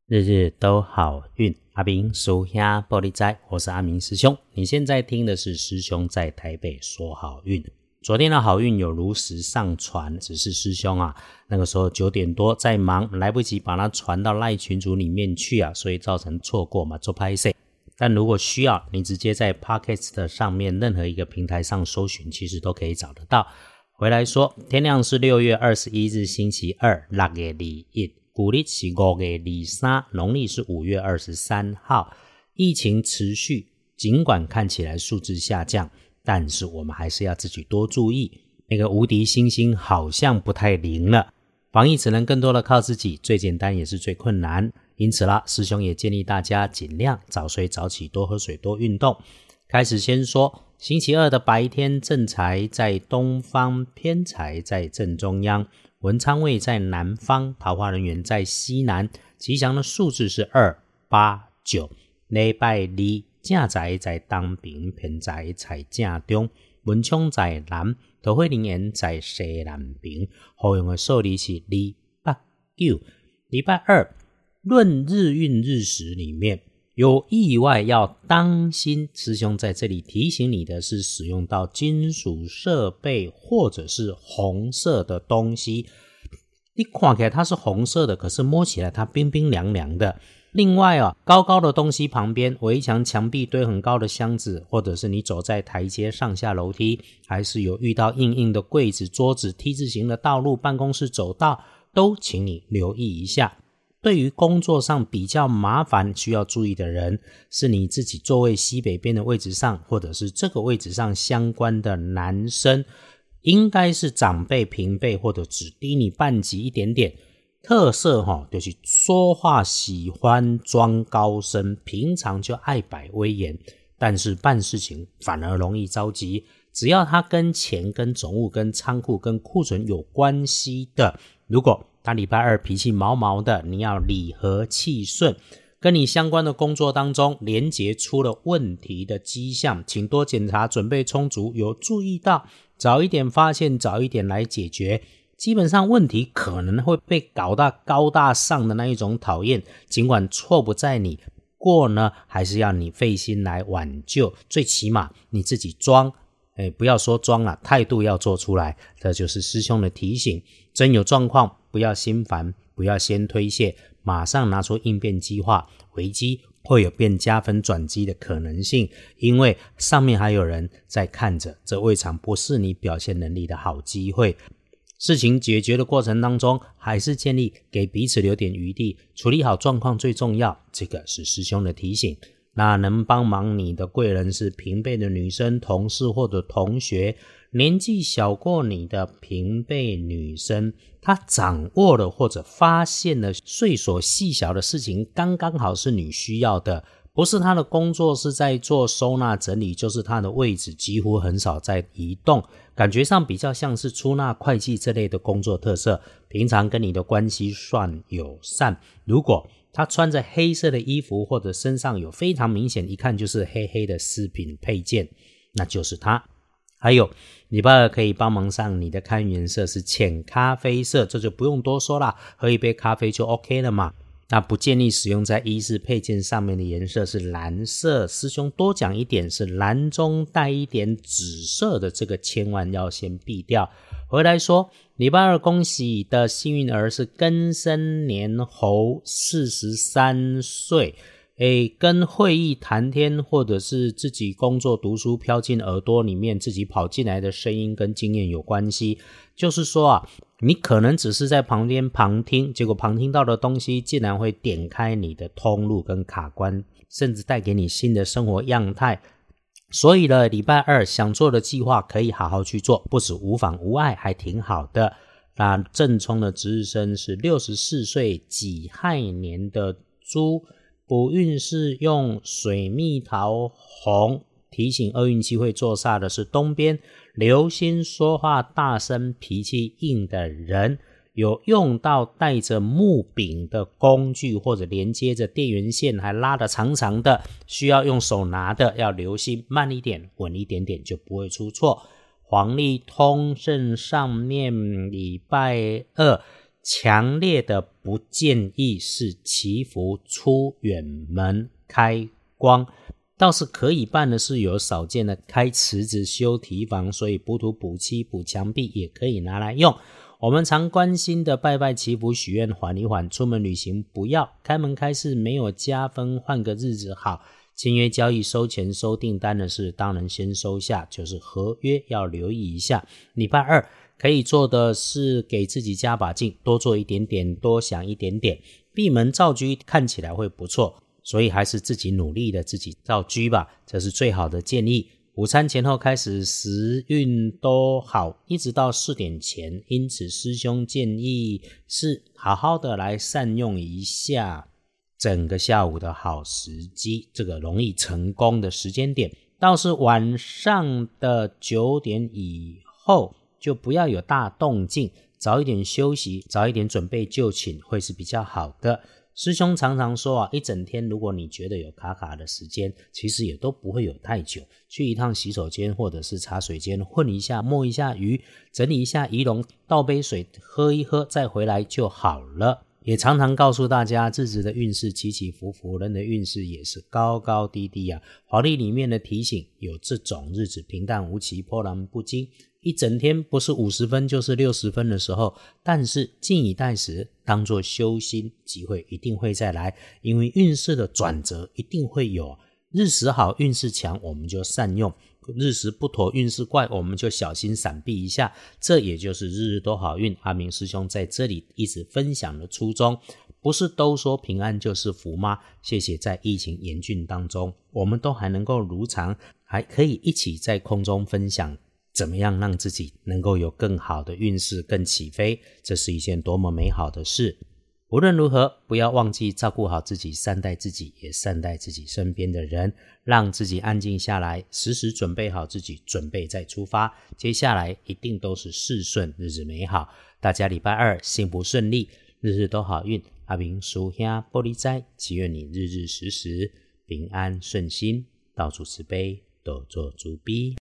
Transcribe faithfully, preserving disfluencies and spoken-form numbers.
日日都好运，阿明属下玻璃斋，我是阿明师兄。你现在听的是师兄在台北说好运。昨天的好运有如实上传，只是师兄啊，那个时候九点多在忙，来不及把它传到赖群组里面去啊，所以造成错过嘛，做拍摄。但如果需要，你直接在 Podcast 上面任何一个平台上搜寻，其实都可以找得到。回来说，天亮是六月二十一日星期二，六月二十一。古历是五月二十三，农历是五月二十三号。疫情持续，尽管看起来数字下降，但是我们还是要自己多注意。那个无敌星星好像不太灵了，防疫只能更多的靠自己，最简单也是最困难。因此啦，师兄也建议大家尽量早睡早起，多喝水，多运动。开始先说，星期二的白天正财在东方，偏财在正中央，文昌位在南方，桃花人缘在西南，吉祥的数字是二、八、九。礼拜二正财在东边，偏财在正中，文昌在南，桃花人缘在西南边，好用的数字是二、八、九。礼拜二论日运日时里面有意外要当心，师兄在这里提醒你的是使用到金属设备或者是红色的东西，你看起来它是红色的，可是摸起来它冰冰凉凉的。另外啊，高高的东西旁边，围墙墙壁堆很高的箱子，或者是你走在台阶上下楼梯，还是有遇到硬硬的柜子桌子 T 字形的道路办公室走道，都请你留意一下。对于工作上比较麻烦需要注意的人，是你自己座位西北边的位置上，或者是这个位置上相关的男生，应该是长辈平辈或者只低你半级一点点。特色齁，就是说话喜欢装高深，平常就爱摆威严，但是办事情反而容易着急。只要他跟钱跟总务跟仓库跟库存有关系的，如果他礼拜二脾气毛毛的，你要理和气顺。跟你相关的工作当中，连结出了问题的迹象，请多检查，准备充足，有注意到，早一点发现，早一点来解决。基本上问题可能会被搞到高大上的那一种讨厌，尽管错不在你，不过呢，还是要你费心来挽救，最起码你自己装诶不要说装了，态度要做出来，这就是师兄的提醒。真有状况，不要心烦，不要先推卸，马上拿出应变计划，危机会有变加分转机的可能性，因为上面还有人在看着，这未尝不是你表现能力的好机会。事情解决的过程当中，还是建议给彼此留点余地，处理好状况最重要，这个是师兄的提醒。那能帮忙你的贵人是平辈的女生、同事或者同学，年纪小过你的平辈女生，她掌握了或者发现了碎琐细小的事情，刚刚好是你需要的，不是她的工作是在做收纳整理，就是她的位置几乎很少在移动，感觉上比较像是出纳会计这类的工作特色，平常跟你的关系算友善。如果他穿着黑色的衣服，或者身上有非常明显一看就是黑黑的饰品配件，那就是他。还有礼拜二可以帮忙上你的看颜色是浅咖啡色，这就不用多说啦，喝一杯咖啡就 OK 了嘛。那不建议使用在衣饰配件上面的颜色是蓝色，师兄多讲一点，是蓝中带一点紫色的，这个千万要先避掉。回来说，礼拜二恭喜的幸运儿是庚申年猴，四十三岁。诶，跟会议谈天或者是自己工作读书飘进耳朵里面自己跑进来的声音跟经验有关系。就是说啊，你可能只是在旁边旁听，结果旁听到的东西竟然会点开你的通路跟卡关，甚至带给你新的生活样态。所以呢，礼拜二想做的计划可以好好去做，不止无妨无碍，还挺好的。那正冲的值日生是六十四岁己亥年的猪，补运是用水蜜桃红，提醒厄运机会坐煞的是东边，留心说话大声脾气硬的人，有用到带着木柄的工具或者连接着电源线还拉得长长的，需要用手拿的要留心，慢一点稳一点点就不会出错。黄历通胜上面礼拜二强烈的不建议是祈福出远门开光，倒是可以办的是有少见的开池子修堤防，所以补土补漆补墙壁也可以拿来用。我们常关心的拜拜祈福许愿缓一缓，出门旅行不要，开门开市没有加分，换个日子好。签约交易收钱收订单的事当然先收下，就是合约要留意一下。礼拜二可以做的是给自己加把劲，多做一点点，多想一点点，闭门造车看起来会不错，所以还是自己努力的自己造车吧，这是最好的建议。午餐前后开始时运都好，一直到四点前，因此师兄建议是好好的来善用一下整个下午的好时机，这个容易成功的时间点。倒是晚上的九点以后就不要有大动静，早一点休息，早一点准备就寝会是比较好的。师兄常常说啊，一整天如果你觉得有卡卡的时间，其实也都不会有太久，去一趟洗手间或者是茶水间混一下摸一下鱼，整理一下仪容，倒杯水喝一喝再回来就好了。也常常告诉大家，日子的运势起起伏伏，人的运势也是高高低低啊。华历里面的提醒有这种日子平淡无奇，波澜不惊，一整天不是五十分就是六十分的时候，但是静以待时，当作修心，机会一定会再来，因为运势的转折一定会有，日时好运势强我们就善用，日时不妥运势怪我们就小心闪避一下，这也就是日日都好运阿明师兄在这里一直分享的初衷。不是都说平安就是福吗？谢谢在疫情严峻当中，我们都还能够如常，还可以一起在空中分享怎么样让自己能够有更好的运势更起飞，这是一件多么美好的事。无论如何，不要忘记照顾好自己，善待自己，也善待自己身边的人，让自己安静下来，时时准备好自己，准备再出发。接下来一定都是事顺，日子美好。大家礼拜二幸福顺利，日日都好运。阿明师兄玻璃斋，祈愿你日日时时平安顺心，到处慈悲，多做主逼。